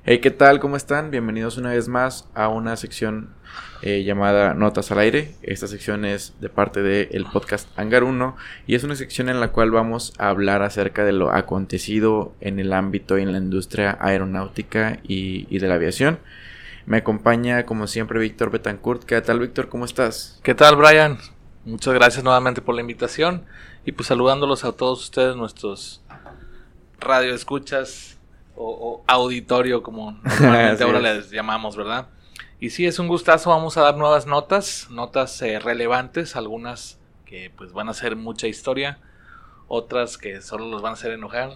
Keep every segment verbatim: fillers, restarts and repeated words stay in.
Hey, ¿qué tal? ¿Cómo están? Bienvenidos una vez más a una sección eh, llamada Notas al Aire. Esta sección es de parte del podcast Hangar uno y es una sección en la cual vamos a hablar acerca de lo acontecido en el ámbito y en la industria aeronáutica y, y de la aviación. Me acompaña, como siempre, Víctor Betancourt. ¿Qué tal, Víctor? ¿Cómo estás? ¿Qué tal, Brian? Muchas gracias nuevamente por la invitación y pues saludándolos a todos ustedes, nuestros radioescuchas o, o auditorio, como normalmente ahora les llamamos, ¿verdad? Y sí, es un gustazo. Vamos a dar nuevas notas, notas eh, relevantes, algunas que pues van a ser mucha historia, otras que solo los van a hacer enojar.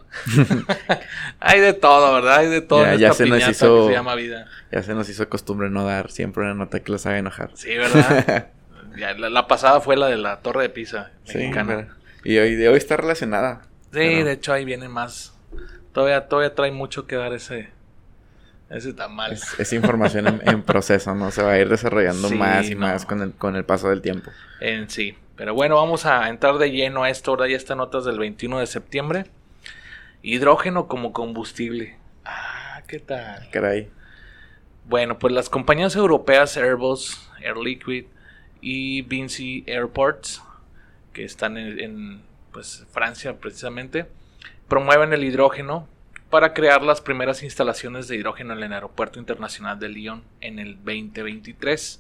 Hay de todo, ¿verdad? Hay de todo ya, en ya esta se piñata nos hizo, que se llama vida. Ya se nos hizo costumbre no dar siempre una nota que los haga enojar. Sí, ¿verdad? Ya, la, la pasada fue la de la Torre de Pisa mexicana. Sí, y hoy de hoy está relacionada. Sí, pero... de hecho ahí viene más. Todavía, todavía trae mucho que dar ese, ese tamal. Es, es información en, en proceso, ¿no? Se va a ir desarrollando sí, más y no. más con el, con el paso del tiempo. En sí. Pero bueno, vamos a entrar de lleno a esto. Ahora ya está notas del veintiuno de septiembre. Hidrógeno como combustible. Ah, ¿qué tal? Caray. Bueno, pues las compañías europeas Airbus, Air Liquide y Vinci Airports, que están en, en pues, Francia precisamente, promueven el hidrógeno para crear las primeras instalaciones de hidrógeno en el Aeropuerto Internacional de Lyon en el veinte veintitrés.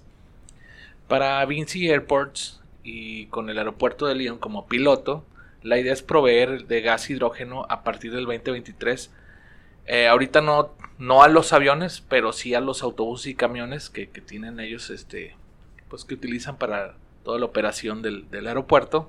Para Vinci Airports y con el aeropuerto de Lyon como piloto, la idea es proveer de gas hidrógeno a partir del veinte veintitrés. Eh, ahorita no, no a los aviones, pero sí a los autobuses y camiones que, que tienen ellos, este, pues que utilizan para toda la operación del, del aeropuerto.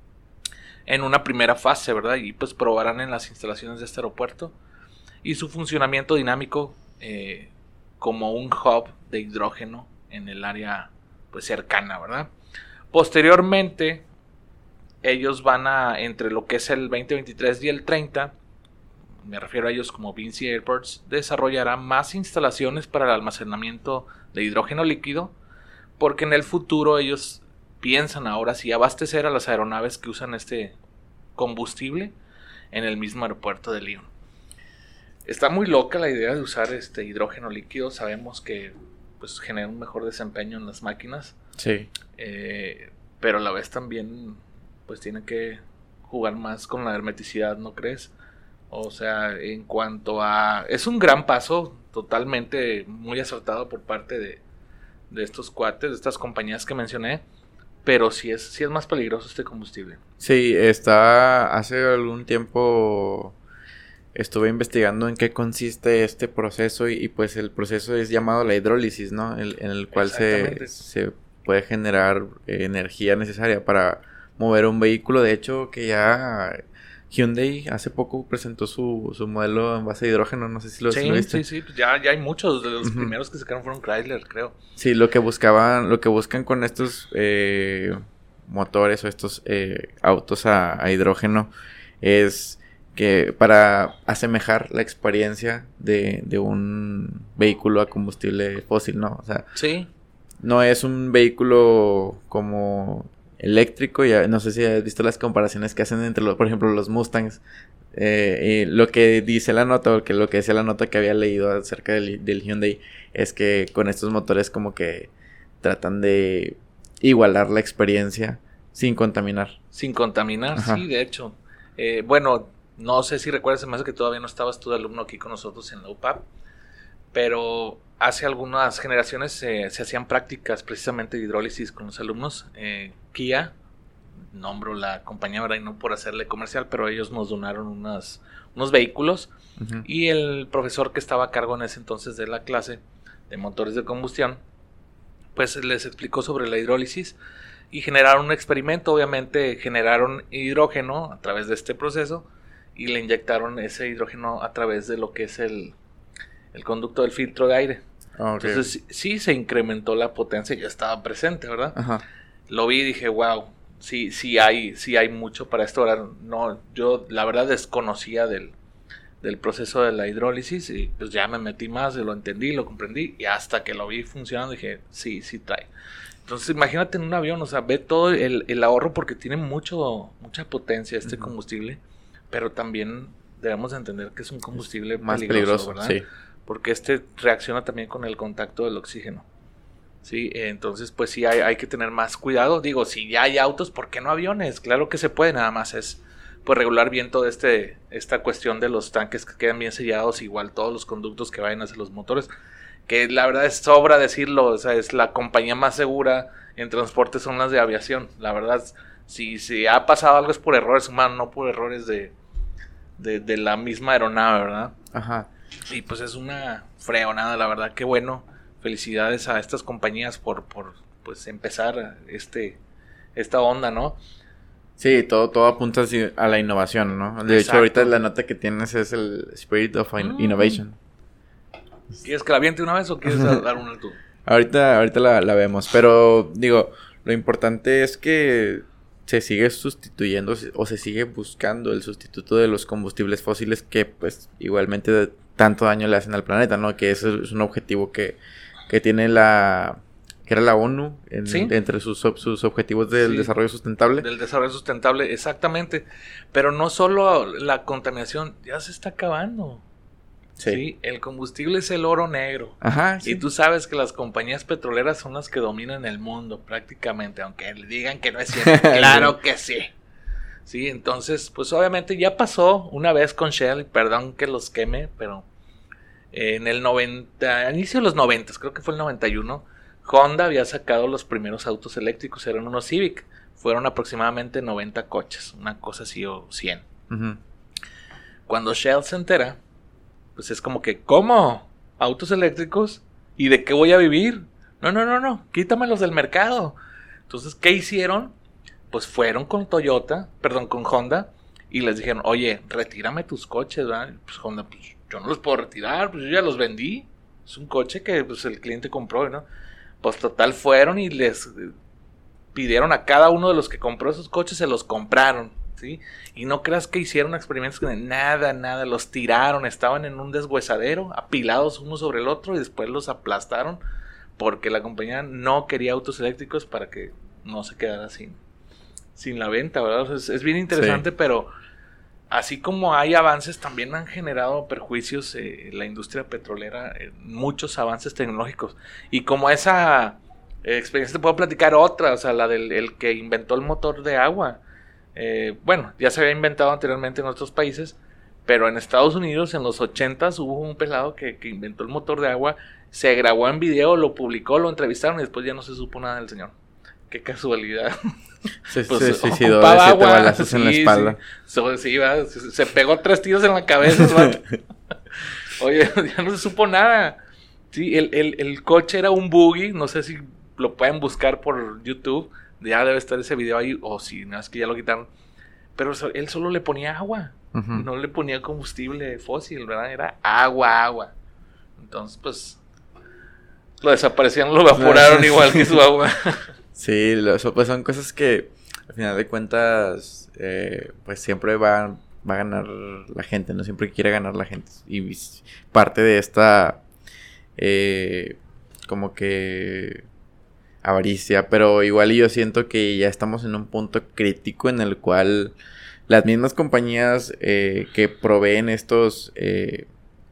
En una primera fase, ¿verdad? Y pues probarán en las instalaciones de este aeropuerto y su funcionamiento dinámico eh, como un hub de hidrógeno en el área pues cercana, ¿verdad? Posteriormente, ellos van a, entre lo que es el veinte veintitrés y el treinta, me refiero a ellos como Vinci Airports, desarrollará más instalaciones para el almacenamiento de hidrógeno líquido, porque en el futuro ellos piensan ahora sí abastecer a las aeronaves que usan este combustible en el mismo aeropuerto de Lyon. Está muy loca la idea de usar este hidrógeno líquido. Sabemos que pues genera un mejor desempeño en las máquinas. Sí. Eh, pero a la vez también pues tiene que jugar más con la hermeticidad, ¿no crees? O sea, en cuanto a... Es un gran paso, totalmente muy acertado por parte de, de estos cuates, de estas compañías que mencioné. Pero sí es, sí es más peligroso este combustible. Sí, está... Hace algún tiempo estuve investigando en qué consiste este proceso y, y pues el proceso es llamado la hidrólisis, ¿no? El, en el cual se, se puede generar eh, energía necesaria para mover un vehículo. De hecho, que ya Hyundai hace poco presentó su, su modelo en base de hidrógeno, no sé si lo, sí, si lo viste. Sí, sí, sí, ya, ya hay muchos. De los uh-huh. primeros que sacaron fueron Chrysler, creo. Sí, lo que buscaban, lo que buscan con estos eh, motores o estos eh, autos a, a hidrógeno es que para asemejar la experiencia de, de un vehículo a combustible fósil, ¿no? O sea, sí. No es un vehículo como eléctrico. Ya no sé si has visto las comparaciones que hacen entre, los, por ejemplo, los Mustangs. Eh, y lo que dice la nota, o que lo que decía la nota que había leído acerca del, del Hyundai, es que con estos motores como que tratan de igualar la experiencia sin contaminar. Sin contaminar, Ajá. sí, de hecho. Eh, bueno, no sé si recuerdas, se me hace que todavía no estabas tú de alumno aquí con nosotros en la U P A P, pero hace algunas generaciones eh, se hacían prácticas precisamente de hidrólisis con los alumnos. Eh, Kia, nombro la compañía, ¿verdad? Y no por hacerle comercial, pero ellos nos donaron unas, unos vehículos uh-huh. y el profesor que estaba a cargo en ese entonces de la clase de motores de combustión, pues les explicó sobre la hidrólisis y generaron un experimento. Obviamente generaron hidrógeno a través de este proceso y le inyectaron ese hidrógeno a través de lo que es el, el conducto del filtro de aire. Oh, okay. Entonces sí se incrementó la potencia, yo estaba presente, ¿verdad? Ajá. Lo vi y dije, wow, sí, sí hay, sí hay mucho para esto. Ahora, no, yo la verdad desconocía del, del proceso de la hidrólisis y pues ya me metí más, lo entendí, lo comprendí y hasta que lo vi funcionando dije, sí, sí trae. Entonces imagínate en un avión, o sea, ve todo el, el ahorro porque tiene mucho, mucha potencia este uh-huh. combustible, pero también debemos entender que es un combustible más peligroso, peligroso, ¿verdad? Sí. porque este reacciona también con el contacto del oxígeno. Sí, entonces pues sí hay, hay que tener más cuidado. Digo, si ya hay autos, ¿por qué no aviones? Claro que se puede, nada más es pues regular bien toda este, esta cuestión de los tanques que quedan bien sellados, igual todos los conductos que vayan hacia los motores, que la verdad es sobra decirlo, o sea, es la compañía más segura en transporte son las de aviación. La verdad, si, si ha pasado algo es por errores humanos, no por errores de, de, de la misma aeronave, ¿verdad? Ajá. Y pues es una freonada, la verdad, qué bueno. Felicidades a estas compañías por, por pues empezar este esta onda, ¿no? Sí, todo, todo apunta así a la innovación, ¿no? De Exacto. hecho, ahorita la nota que tienes es el Spirit of in- Mm. Innovation. ¿Quieres que la aviente una vez o quieres dar una tú? Ahorita, ahorita la, la vemos, pero digo, lo importante es que se sigue sustituyendo o se sigue buscando el sustituto de los combustibles fósiles que pues igualmente de tanto daño le hacen al planeta, ¿no? Que ese es un objetivo que, que tiene la... que era la ONU en, ¿Sí? entre sus, sus objetivos del Sí, desarrollo sustentable. Del desarrollo sustentable, exactamente. Pero no solo la contaminación, ya se está acabando. Sí. ¿Sí? El combustible es el oro negro. Ajá, sí. Y tú sabes que las compañías petroleras son las que dominan el mundo prácticamente, aunque le digan que no es cierto. Claro que sí. Sí, entonces, pues obviamente ya pasó una vez con Shell, perdón que los queme, pero en el noventa, a inicio de los noventa, creo que fue el noventa y uno, Honda había sacado los primeros autos eléctricos, eran unos Civic, fueron aproximadamente noventa coches, una cosa así o cien. Uh-huh. Cuando Shell se entera, pues es como que, ¿cómo? ¿Autos eléctricos? ¿Y de qué voy a vivir? No, no, no, no, quítamelos del mercado. Entonces, ¿qué hicieron? Pues fueron con Toyota, perdón, con Honda, y les dijeron, oye, retírame tus coches, ¿verdad? Pues Honda, pues yo no los puedo retirar, pues yo ya los vendí. Es un coche que pues el cliente compró, ¿no? Pues total fueron y les pidieron a cada uno de los que compró esos coches, se los compraron, ¿sí? Y no creas que hicieron experimentos con nada, nada, los tiraron, estaban en un deshuesadero, apilados uno sobre el otro y después los aplastaron porque la compañía no quería autos eléctricos para que no se quedara sin, sin la venta, ¿verdad? Es, es bien interesante, sí. Pero así como hay avances, también han generado perjuicios eh, la industria petrolera, eh, muchos avances tecnológicos. Y como esa eh, experiencia te puedo platicar otra, o sea, la del el que inventó el motor de agua. Eh, bueno, ya se había inventado anteriormente en otros países, pero en Estados Unidos en los ochentas hubo un pelado que, que inventó el motor de agua, se grabó en video, lo publicó, lo entrevistaron y después ya no se supo nada del señor. Qué casualidad. Se pues, se suicidó de siete balazos sí, en la espalda. Sí, so, sí, va, se, se pegó tres tiros en la cabeza. Oye, ya no se supo nada. Sí, el, el, el coche era un buggy, no sé si lo pueden buscar por YouTube, ya debe estar ese video ahí, o si no es que ya lo quitaron. Pero so, él solo le ponía agua, uh-huh. No le ponía combustible fósil, ¿verdad? Era agua, agua. Entonces, pues, lo desaparecieron, lo evaporaron igual que su agua. Sí, lo, pues son cosas que al final de cuentas eh, pues siempre va, va a ganar la gente, ¿no? Siempre quiere ganar la gente. Y parte de esta eh, como que avaricia, pero igual yo siento que ya estamos en un punto crítico en el cual las mismas compañías eh, que proveen estos eh,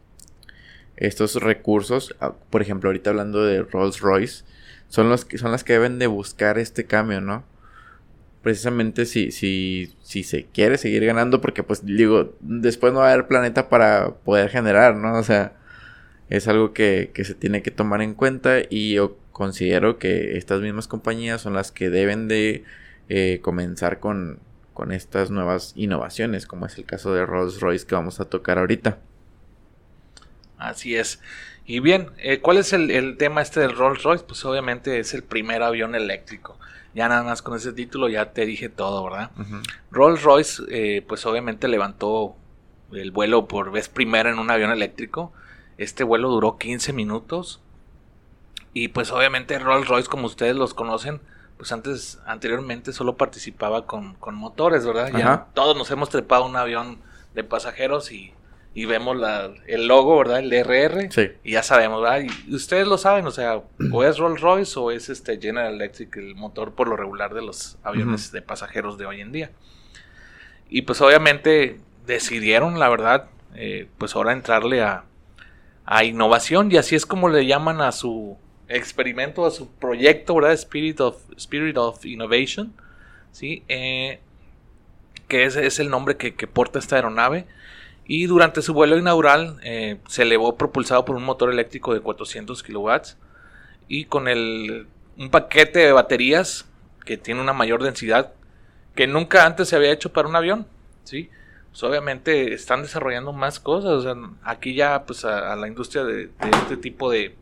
estos recursos, por ejemplo ahorita hablando de Rolls-Royce, Son, los que, son las que deben de buscar este cambio, ¿no? Precisamente si, si, si se quiere seguir ganando, porque pues digo, después no va a haber planeta para poder generar, ¿no? O sea, es algo que, que se tiene que tomar en cuenta y yo considero que estas mismas compañías son las que deben de eh, comenzar con, con estas nuevas innovaciones, como es el caso de Rolls-Royce que vamos a tocar ahorita. Así es. Y bien, eh, ¿cuál es el, el tema este del Rolls Royce? Pues obviamente es el primer avión eléctrico. Ya nada más con ese título ya te dije todo, ¿verdad? Uh-huh. Rolls Royce, eh, pues obviamente levantó el vuelo por vez primera en un avión eléctrico. Este vuelo duró quince minutos. Y pues obviamente Rolls Royce, como ustedes los conocen, pues antes, anteriormente solo participaba con, con motores, ¿verdad? Uh-huh. Ya todos nos hemos trepado un avión de pasajeros y... y vemos la, el logo, ¿verdad? El R R. Sí. Y ya sabemos, ¿verdad? Y ustedes lo saben, o sea, o es Rolls Royce o es este General Electric, el motor por lo regular de los aviones uh-huh. de pasajeros de hoy en día. Y pues obviamente decidieron, la verdad, eh, pues ahora entrarle a, a innovación, y así es como le llaman a su experimento, a su proyecto, ¿verdad? Spirit of, Spirit of Innovation, ¿sí? Eh, que es, es el nombre que, que porta esta aeronave. Y durante su vuelo inaugural eh, se elevó propulsado por un motor eléctrico de cuatrocientos kilowatts y con el, un paquete de baterías que tiene una mayor densidad que nunca antes se había hecho para un avión, ¿sí? Pues obviamente están desarrollando más cosas. O sea, aquí ya pues a, a la industria de, de este tipo de,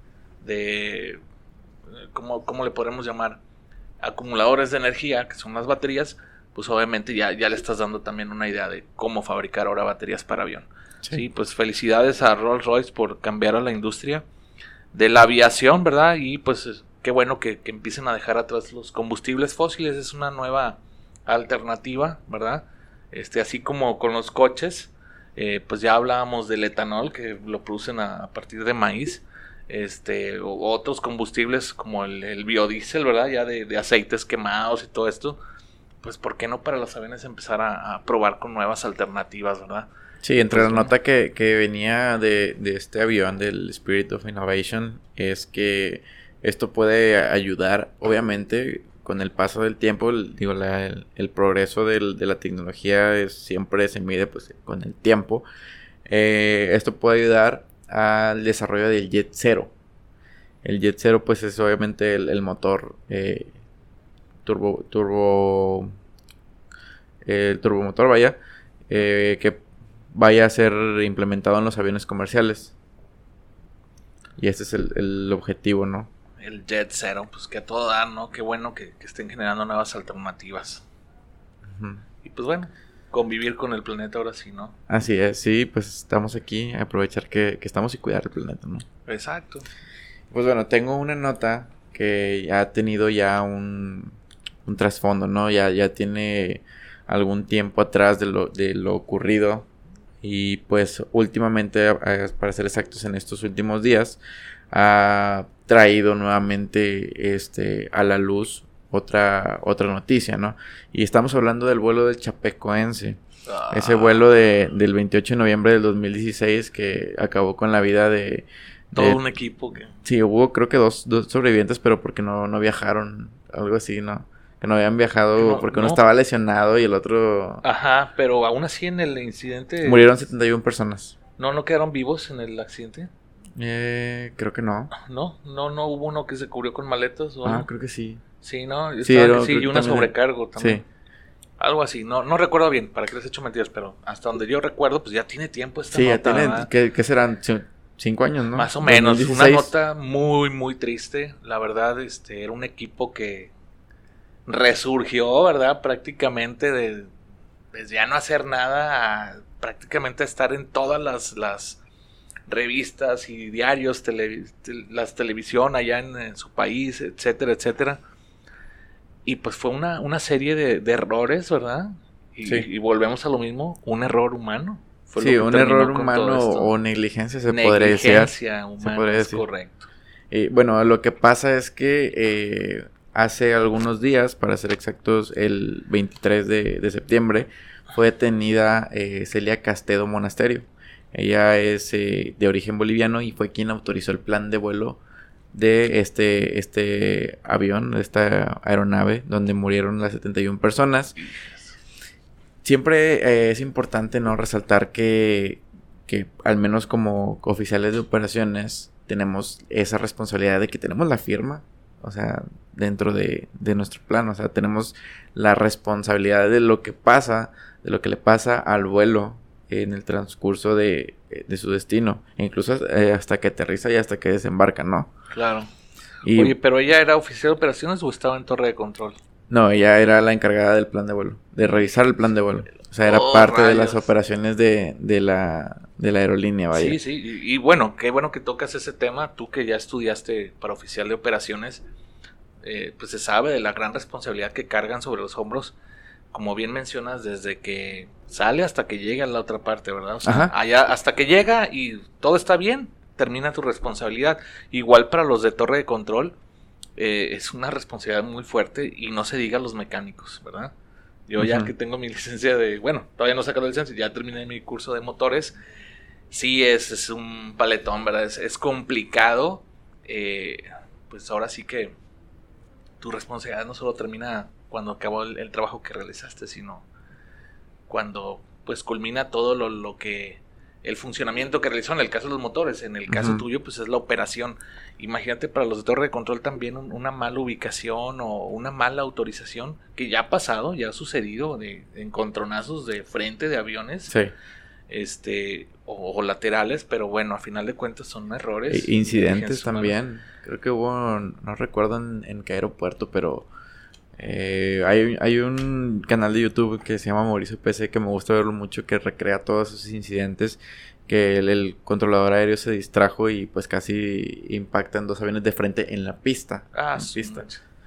de ¿cómo, cómo le podremos llamar? Acumuladores de energía, que son las baterías, pues obviamente ya, ya le estás dando también una idea de cómo fabricar ahora baterías para avión. Sí, sí, pues felicidades a Rolls-Royce por cambiar a la industria de la aviación, ¿verdad? Y pues qué bueno que, que empiecen a dejar atrás los combustibles fósiles, es una nueva alternativa, ¿verdad? Este, así como con los coches, eh, pues ya hablábamos del etanol, que lo producen a, a partir de maíz, este, o otros combustibles como el, el biodiesel, ¿verdad? Ya de, de aceites quemados y todo esto. Pues ¿por qué no para los aviones empezar a, a probar con nuevas alternativas, verdad? Sí, entre pues, la nota que, que venía de, de este avión, del Spirit of Innovation, es que esto puede ayudar, obviamente, con el paso del tiempo, el, digo, la, el, el progreso del, de la tecnología es, siempre se mide pues con el tiempo. Eh, esto puede ayudar al desarrollo del Jet Zero. El Jet Zero pues es obviamente el, el motor... Eh, turbo turbo el turbomotor vaya eh, que vaya a ser implementado en los aviones comerciales, y ese es el, el objetivo, ¿no? El Jet Zero, pues que a todo dar, ¿no? Qué bueno que, que estén generando nuevas alternativas. Uh-huh. Y pues bueno, convivir con el planeta ahora sí, ¿no? Así es, sí, pues estamos aquí a aprovechar que, que estamos y cuidar el planeta, ¿no? Exacto. Pues bueno, tengo una nota que ha tenido ya un un trasfondo, ¿no? Ya, ya tiene algún tiempo atrás de lo, de lo ocurrido, y pues últimamente, para ser exactos, en estos últimos días ha traído nuevamente este a la luz otra otra noticia, ¿no? Y estamos hablando del vuelo del Chapecoense. Ah. Ese vuelo de, del veintiocho de noviembre del dos mil dieciséis que acabó con la vida de... Todo de, un equipo que... Sí, hubo creo que dos, dos sobrevivientes, pero porque no, no viajaron, algo así, ¿no? Que no habían viajado no, porque uno no. estaba lesionado y el otro... Ajá, pero aún así en el incidente... Murieron setenta y una personas. ¿No, no quedaron vivos en el accidente? Eh, creo que no. No, no, no hubo uno que se cubrió con maletas o Ah, algo? creo que sí. Sí, ¿no? Sí, era, que sí, y una sobrecargo también. Sí. Algo así, no no recuerdo bien, para que les he hecho mentiras, pero hasta donde yo recuerdo, pues ya tiene tiempo esta sí, nota. Sí, ya tiene, ¿qué, ¿qué serán? Cinco años, ¿no? Más o menos, dos mil dieciséis. Una nota muy, muy triste. La verdad, este, era un equipo que resurgió, ¿verdad? Prácticamente de, de ya no hacer nada a prácticamente estar en todas las, las revistas y diarios, tele, te, las televisión allá en, en su país, etcétera, etcétera. Y pues fue una, una serie de, de errores, ¿verdad? Y, sí. y volvemos a lo mismo, un error humano. Fue sí, un error humano o negligencia se negligencia podría decir. Negligencia humana, se podría es decir. correcto. Y bueno, lo que pasa es que eh, hace algunos días, para ser exactos, el veintitrés de, de septiembre, fue detenida eh, Celia Castedo Monasterio. Ella es eh, de origen boliviano y fue quien autorizó el plan de vuelo de este, este avión, de esta aeronave, donde murieron las setenta y una personas. Siempre eh, es importante, ¿no?, resaltar que, que al menos como oficiales de operaciones tenemos esa responsabilidad de que tenemos la firma, o sea, dentro de, de nuestro plan, o sea, tenemos la responsabilidad de lo que pasa, de lo que le pasa al vuelo en el transcurso de, de su destino, e incluso eh, hasta que aterriza y hasta que desembarca, ¿no? Claro. Y, Oye, ¿pero ella era oficial de operaciones o estaba en torre de control? No, ella era la encargada del plan de vuelo, de revisar el plan de vuelo. O sea, era oh, parte rayos. de las operaciones de, de, la, de la aerolínea, vaya. Sí, sí, y, y bueno, qué bueno que tocas ese tema. Tú que ya estudiaste para oficial de operaciones, eh, pues se sabe de la gran responsabilidad que cargan sobre los hombros, como bien mencionas, desde que sale hasta que llega a la otra parte, ¿verdad? O sea, Ajá. allá hasta que llega y todo está bien, termina tu responsabilidad. Igual para los de torre de control, eh, es una responsabilidad muy fuerte, y no se diga los mecánicos, ¿verdad? Yo uh-huh. ya que tengo mi licencia de, bueno, todavía no saco la licencia, ya terminé mi curso de motores, sí es, es un paletón, ¿verdad? Es, es complicado. Eh, pues ahora sí que tu responsabilidad no solo termina cuando acabó el, el trabajo que realizaste, sino cuando pues culmina todo lo, lo que el funcionamiento que realizó. En el caso de los motores, en el caso uh-huh. tuyo pues es la operación. Imagínate para los de torre de control también un, una mala ubicación o una mala autorización, que ya ha pasado, ya ha sucedido de, de encontronazos de frente de aviones, sí. este o, o laterales, pero bueno, a final de cuentas son errores. E incidentes también. Creo que hubo, no recuerdo en, en qué aeropuerto, pero eh, hay, hay un canal de YouTube que se llama Mauricio P C, que me gusta verlo mucho, que recrea todos esos incidentes, que el, el controlador aéreo se distrajo y pues casi impactan dos aviones de frente en la pista. Ah, en pista.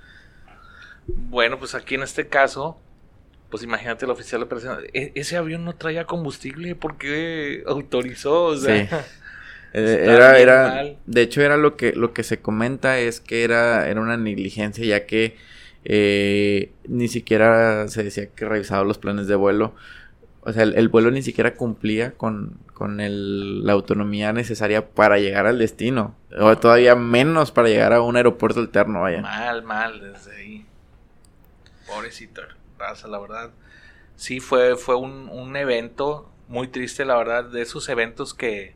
Bueno, pues aquí en este caso, pues imagínate el oficial de operación, e- ese avión no traía combustible, ¿por qué autorizó? O sea, sí. Eh, era, era, de hecho era lo que, lo que se comenta es que era, era una negligencia, ya que eh, ni siquiera se decía que revisaba los planes de vuelo. O sea, el, el vuelo ni siquiera cumplía con, con el, la autonomía necesaria para llegar al destino. O todavía menos para llegar a un aeropuerto alterno, vaya. Mal, mal, desde ahí. Pobrecito, raza, la verdad. Sí, fue, fue un, un evento muy triste, la verdad, de esos eventos que...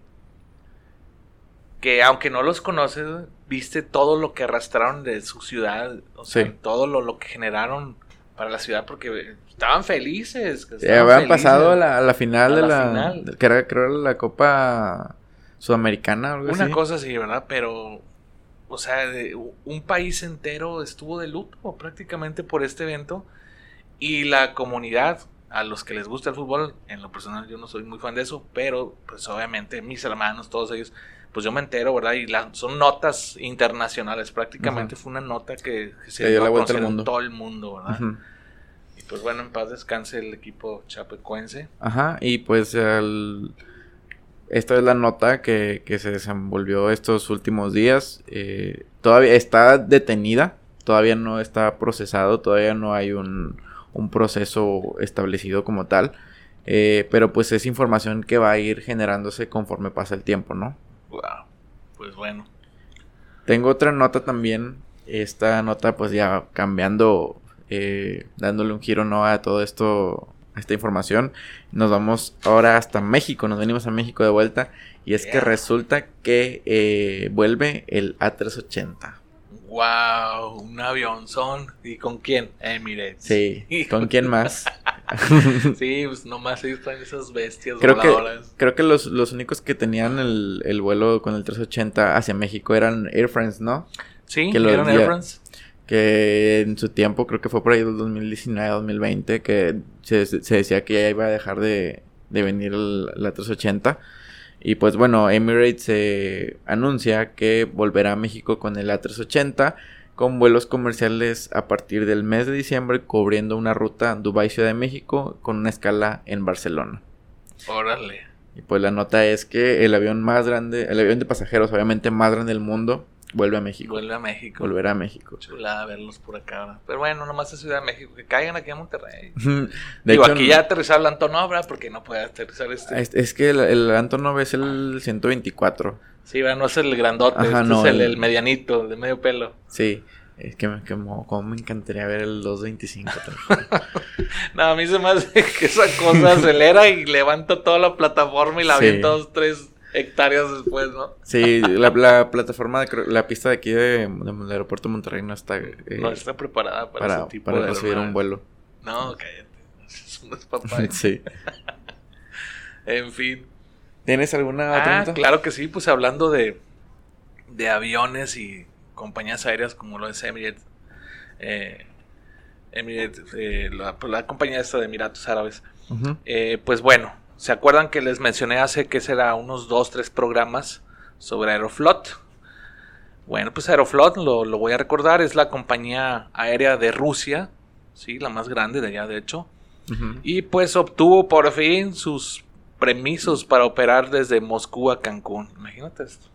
que aunque no los conoces, viste todo lo que arrastraron de su ciudad, o sea, sí. todo lo, lo que generaron para la ciudad, porque estaban felices. Estaban sí, habían felices pasado a la, a la final a de la, la final. que era, creo, la Copa Sudamericana, algo una así. cosa así, ¿verdad? Pero, o sea, de, un país entero estuvo de luto prácticamente por este evento, y la comunidad, a los que les gusta el fútbol, en lo personal yo no soy muy fan de eso, pero pues obviamente mis hermanos, todos ellos, pues yo me entero, ¿verdad? Y la, son notas internacionales, prácticamente uh-huh. fue una nota que, que se dio la vuelta al mundo. En todo el mundo, ¿verdad? Uh-huh. Y pues bueno, en paz descanse el equipo chapecoense. Ajá, y pues el... esta es la nota que, que se desenvolvió estos últimos días. Eh, todavía está detenida, todavía no está procesado, todavía no hay un, un proceso establecido como tal. Eh, pero pues es información que va a ir generándose conforme pasa el tiempo, ¿no? Wow, pues bueno. Tengo otra nota también. Esta nota pues ya cambiando, eh, dándole un giro, ¿no?, a todo esto, a esta información. Nos vamos ahora hasta México, nos venimos a México de vuelta. Y es yeah. que resulta que eh, vuelve el A trescientos ochenta. Wow, un avionzón. ¿Y con quién? Emirates. Sí, ¿con quién más? Sí, pues nomás ahí están esas bestias creo voladoras. Que, creo que los, los únicos que tenían el, el vuelo con el trescientos ochenta hacia México eran Air France, ¿no? Sí, que eran Air France. Que en su tiempo, creo que fue por ahí del dos mil diecinueve, dos mil veinte, que se, se decía que ya iba a dejar de, de venir el, la trescientos ochenta. Y pues bueno, Emirates eh, anuncia que volverá a México con el A trescientos ochenta, con vuelos comerciales a partir del mes de diciembre, cubriendo una ruta Dubái-Ciudad de México con una escala en Barcelona. Órale. Y pues la nota es que el avión más grande, el avión de pasajeros obviamente más grande del mundo, vuelve a México. Vuelve a México. Volverá a México. Chulada verlos por acá, ¿verdad? Pero bueno, nomás a Ciudad de México, que caigan aquí a Monterrey. de Digo, hecho, aquí ya aterrizar el Antonov, ¿verdad? Porque no puede aterrizar este. Es, es que el, el Antonov es el ciento veinticuatro. Sí, ¿verdad? No es el grandote. Ajá, este no, es el, el... el medianito, el de medio pelo. Sí. Es que, me, que como me encantaría ver el doscientos veinticinco. No, a mí se me hace que esa cosa acelera y levanta toda la plataforma y la sí. avienta dos, tres hectáreas después, ¿no? Sí, la, la plataforma, de, la pista de aquí de, del aeropuerto de Monterrey no está... Eh, no está preparada para, para ese tipo para de... Para recibir un vuelo. No, cállate. Eso no es papá. Sí. En fin. ¿Tienes alguna otra Ah, nota? claro que sí, pues hablando de, de aviones y compañías aéreas como lo es Emirates, eh, Emirates eh, la, la compañía esta de Emiratos Árabes, uh-huh. eh, pues bueno, ¿se acuerdan que les mencioné hace que será unos dos, tres programas sobre Aeroflot? Bueno, pues Aeroflot, lo, lo voy a recordar, es la compañía aérea de Rusia, sí, la más grande de allá de hecho, uh-huh. y pues obtuvo por fin sus permisos para operar desde Moscú a Cancún. Imagínate esto.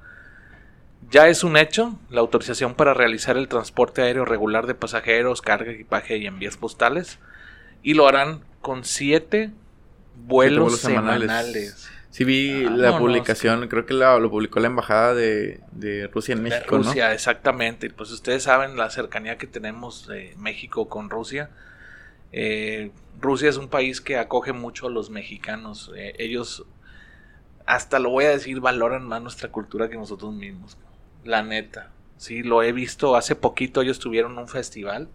Ya es un hecho la autorización para realizar el transporte aéreo regular de pasajeros, carga, equipaje y envíos postales. Y lo harán con siete vuelos, siete vuelos semanales. semanales. Sí vi ah, la no, publicación, no, es que... creo que la, lo publicó la embajada de, de Rusia en México, de Rusia, ¿no? Exactamente. Pues ustedes saben la cercanía que tenemos de México con Rusia. Eh, Rusia es un país que acoge mucho a los mexicanos. Eh, ellos, hasta lo voy a decir, valoran más nuestra cultura que nosotros mismos. La neta. Sí, lo he visto hace poquito. Ellos tuvieron un festival.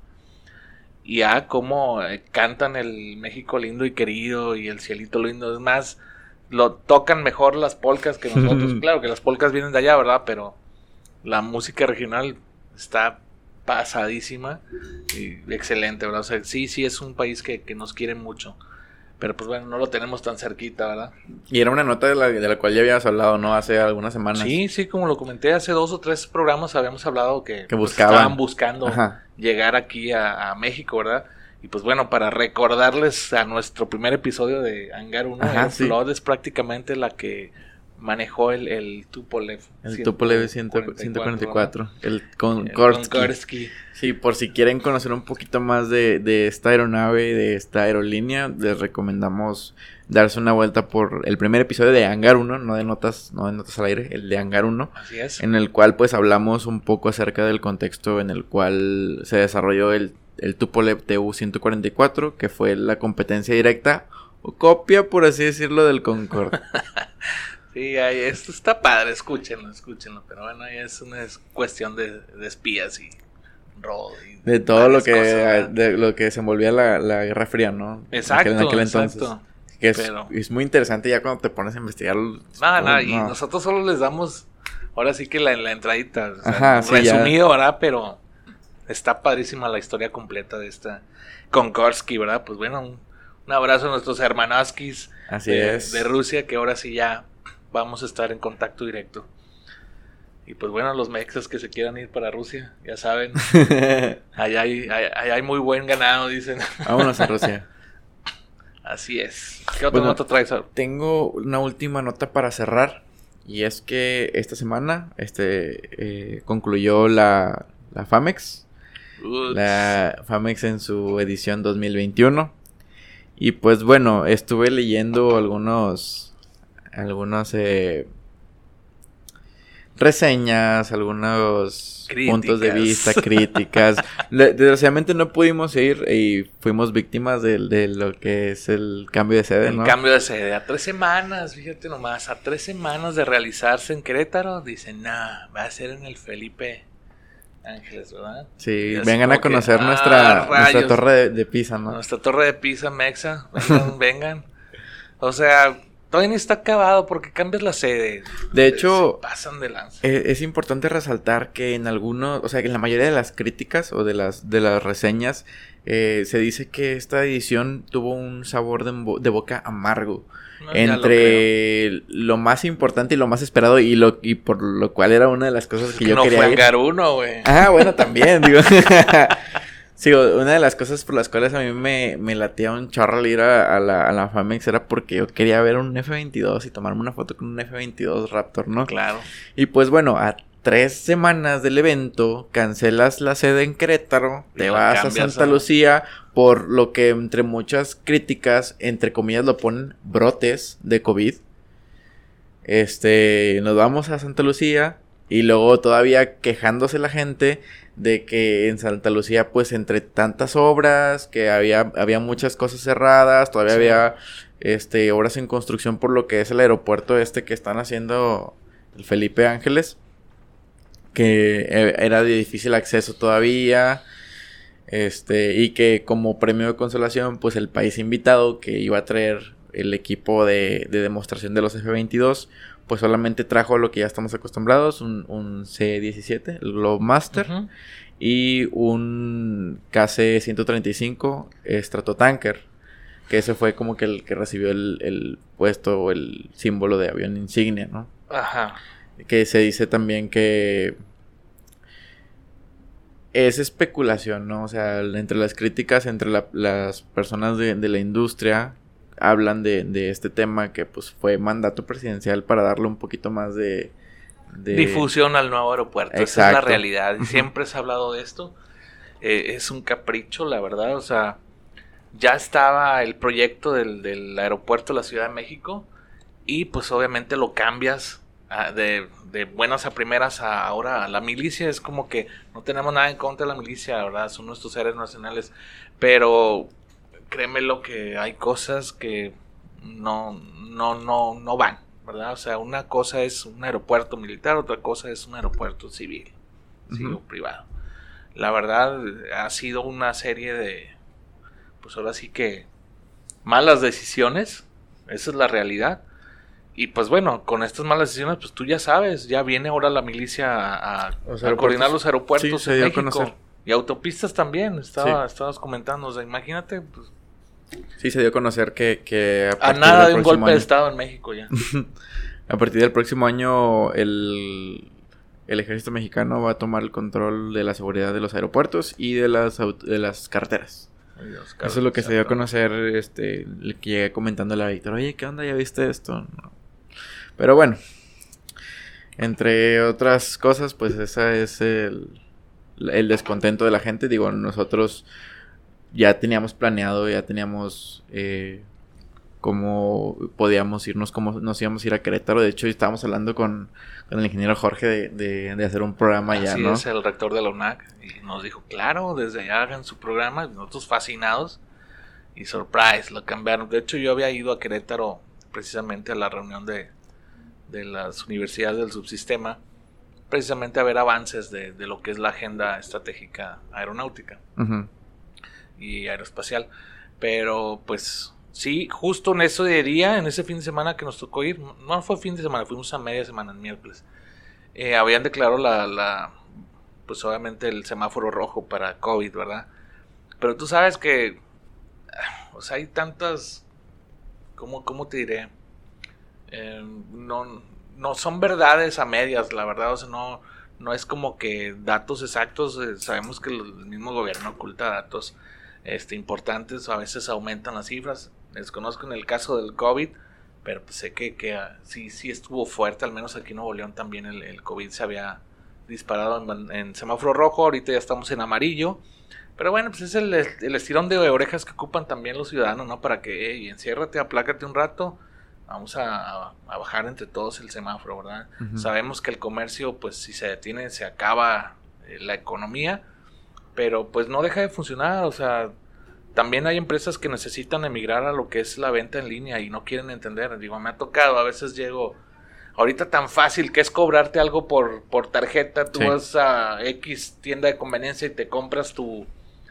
Y ah, cómo eh, cantan el México lindo y querido y el cielito lindo. Es más, lo tocan mejor las polcas que nosotros. Claro que las polcas vienen de allá, ¿verdad? Pero la música regional está pasadísima y excelente, ¿verdad? O sea, sí, sí es un país que, que nos quiere mucho. Pero pues bueno, no lo tenemos tan cerquita, ¿verdad? Y era una nota de la, de la cual ya habías hablado, ¿no? Hace algunas semanas. Sí, sí, como lo comenté, hace dos o tres programas habíamos hablado que, que pues, estaban buscando Ajá. llegar aquí a, a México, ¿verdad? Y pues bueno, para recordarles a nuestro primer episodio de Hangar uno, Ajá, Aeroflot sí. es prácticamente la que manejó el, el Tupolev. El Tupolev ciento cuarenta y cuatro, el Konkordski. Sí, por si quieren conocer un poquito más de, de esta aeronave, de esta aerolínea, les recomendamos darse una vuelta por el primer episodio de Hangar uno, no de notas, no de notas al aire, el de Hangar uno. Así es. En el cual pues hablamos un poco acerca del contexto en el cual se desarrolló el, el Tupolev T U ciento cuarenta y cuatro, que fue la competencia directa o copia, por así decirlo, del Concorde. Sí, ahí, esto está padre, escúchenlo, escúchenlo, pero bueno, ahí es una es cuestión de, de espías y robo. Y de todo lo que cosas, de lo que se envolvía la, la Guerra Fría, ¿no? Exacto, en aquel, en aquel entonces. Exacto. Que es, pero... es muy interesante ya cuando te pones a investigar. No, no, no, y nosotros solo les damos, ahora sí que la, la entradita, o sea, Ajá, sí, resumido, ya. ¿verdad? Pero está padrísima la historia completa de esta Konkordski, ¿verdad? Pues bueno, un, un abrazo a nuestros hermanoskis Así de, es. de Rusia, que ahora sí ya vamos a estar en contacto directo. Y pues bueno, los mexas que se quieran ir para Rusia, ya saben. Allá hay, hay, allá hay muy buen ganado, dicen. Vámonos a Rusia. Así es. ¿Qué otra bueno, nota traes? Tengo una última nota para cerrar. Y es que esta semana este eh, concluyó la, la FAMEX. Ups. La FAMEX en su edición dos mil veintiuno. Y pues bueno, estuve leyendo algunos... algunas eh, reseñas, algunos críticas. Puntos de vista, críticas. Desgraciadamente no pudimos ir y fuimos víctimas de, de lo que es el cambio de sede, el ¿no? El cambio de sede, a tres semanas, fíjate nomás, a tres semanas de realizarse en Querétaro, dicen, nah, va a ser en el Felipe Ángeles, ¿verdad? Sí, vengan a conocer que, nuestra, ah, nuestra torre de, de Pisa, ¿no? Nuestra torre de Pisa, Mexa, vengan, vengan. O sea... todavía no está acabado porque cambias la sede. De hecho, se pasan de lanza. Es, es importante resaltar que en algunos, o sea, que en la mayoría de las críticas o de las de las reseñas eh, se dice que esta edición tuvo un sabor de, de boca amargo. No, entre lo, lo más importante y lo más esperado y lo y por lo cual era una de las cosas que, que yo no quería fue ir. Hangar uno, güey. Ah, bueno, también, digo. Sí, una de las cosas por las cuales a mí me, me latía un chorro al ir a, a, la, a la FAMEX era porque yo quería ver un F veintidós y tomarme una foto con un F veintidós Raptor, ¿no? Claro. Y pues bueno, a tres semanas del evento cancelas la sede en Querétaro, te vas a Santa a... Lucía, por lo que entre muchas críticas, entre comillas lo ponen, brotes de COVID. Este, nos vamos a Santa Lucía y luego todavía quejándose la gente de que en Santa Lucía, pues, entre tantas obras, que había, había muchas cosas cerradas, todavía sí. había, este, obras en construcción por lo que es el aeropuerto este que están haciendo el Felipe Ángeles, que era de difícil acceso todavía, este, y que como premio de consolación, pues, el país invitado que iba a traer el equipo de, de demostración de los F veintidós, pues solamente trajo lo que ya estamos acostumbrados, un, un C diecisiete, el Globemaster, uh-huh. y un K C ciento treinta y cinco Stratotanker, que ese fue como que el que recibió el, el puesto o el símbolo de avión insignia, ¿no? Ajá. Que se dice también que es especulación, ¿no? O sea, entre las críticas, entre la, las personas de, de la industria... hablan de, de este tema que pues fue mandato presidencial para darle un poquito más de... de... difusión al nuevo aeropuerto. Exacto. Esa es la realidad. Siempre se ha hablado de esto. Eh, es un capricho, la verdad. O sea, ya estaba el proyecto del, del aeropuerto de la Ciudad de México y pues obviamente lo cambias a, de, de buenas a primeras a ahora a la milicia. Es como que no tenemos nada en contra de la milicia, ¿verdad? Son nuestros héroes nacionales, pero créeme lo que hay cosas que no, no, no, no van, ¿verdad? O sea, una cosa es un aeropuerto militar, otra cosa es un aeropuerto civil, uh-huh. ¿sí? O privado. La verdad, ha sido una serie de, pues ahora sí que, malas decisiones, esa es la realidad. Y pues bueno, con estas malas decisiones, pues tú ya sabes, ya viene ahora la milicia a, a, a coordinar los aeropuertos sí, en México. Y autopistas también, estaba, sí. estabas comentando, o sea, imagínate, pues... Sí, se dio a conocer que... que a, a nada de un golpe año, de estado en México ya. A partir del próximo año, el, el ejército mexicano va a tomar el control de la seguridad de los aeropuertos y de las, de las carreteras. Dios, eso es lo que se dio a conocer, este, el que llegué comentando a la Víctor. Oye, ¿qué onda? ¿Ya viste esto? No. Pero bueno, entre otras cosas, pues ese es el, el descontento de la gente. Digo, nosotros... ya teníamos planeado, ya teníamos eh, cómo podíamos irnos, cómo nos íbamos a ir a Querétaro. De hecho, estábamos hablando con, con el ingeniero Jorge de, de, de hacer un programa allá, ¿no? Así es, el rector de la U N A C. Y nos dijo, claro, desde allá hagan su programa. Nosotros fascinados. Y surprise, lo cambiaron. De hecho, yo había ido a Querétaro precisamente a la reunión de, de las universidades del subsistema, precisamente a ver avances de, de lo que es la agenda estratégica aeronáutica. Uh-huh. Y aeroespacial, pero pues sí, justo en ese día, en ese fin de semana que nos tocó ir, no fue fin de semana, fuimos a media semana, el miércoles, eh, habían declarado la, la, pues obviamente el semáforo rojo para COVID, ¿verdad? Pero tú sabes que, o sea, hay tantas, ¿cómo, cómo te diré? Eh, no, no son verdades a medias, la verdad, o sea, no, no es como que datos exactos, eh, sabemos que el mismo gobierno oculta datos Este, importantes, a veces aumentan las cifras. Desconozco en el caso del COVID, pero pues sé que, que uh, sí, sí estuvo fuerte, al menos aquí en Nuevo León también el, el COVID se había disparado en, en semáforo rojo, ahorita ya estamos en amarillo, pero bueno, pues es el, el estirón de orejas que ocupan también los ciudadanos, ¿no? Para que, hey, enciérrate, aplácate un rato, vamos a, a, a bajar entre todos el semáforo, ¿verdad? Uh-huh. Sabemos que el comercio, pues si se detiene, se acaba eh, la economía, pero pues no deja de funcionar, o sea, también hay empresas que necesitan emigrar a lo que es la venta en línea y no quieren entender. Digo, me ha tocado, a veces llego, ahorita tan fácil que es cobrarte algo por, por tarjeta, tú sí. vas a X tienda de conveniencia y te compras tu,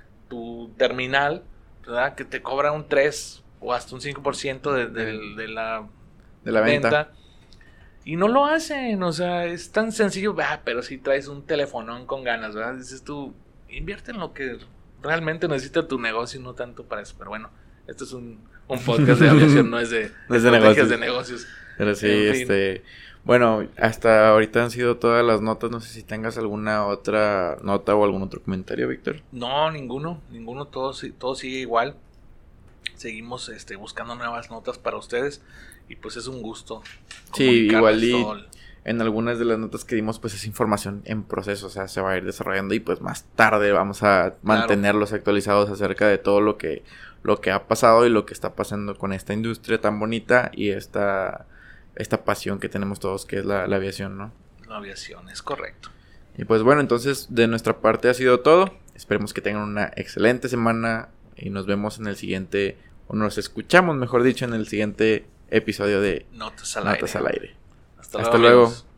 tu terminal, ¿verdad? Que te cobra un tres o hasta un cinco por ciento de, de, de la, de la venta. venta. Y no lo hacen, o sea, es tan sencillo, ah, pero si traes un telefonón con ganas, ¿verdad? Dices tú, invierte en lo que realmente necesita tu negocio, no tanto para eso. Pero bueno, esto es un, un podcast de aviación, no es de, no es de negocios. de negocios. Pero sí, en fin. este... Bueno, hasta ahorita han sido todas las notas. No sé si tengas alguna otra nota o algún otro comentario, Víctor. No, ninguno, ninguno, todo, todo sigue igual. Seguimos este, buscando nuevas notas para ustedes y pues es un gusto. Sí, igual y... Todo el... En algunas de las notas que dimos, pues es información en proceso, o sea, se va a ir desarrollando y pues más tarde vamos a mantenerlos claro. actualizados acerca de todo lo que, lo que ha pasado y lo que está pasando con esta industria tan bonita y esta, esta pasión que tenemos todos, que es la, la aviación, ¿no? La aviación, es correcto. Y pues bueno, entonces de nuestra parte ha sido todo. Esperemos que tengan una excelente semana y nos vemos en el siguiente, o nos escuchamos, mejor dicho, en el siguiente episodio de Notas al Notas Aire. Al Aire. Hasta, Hasta luego. luego.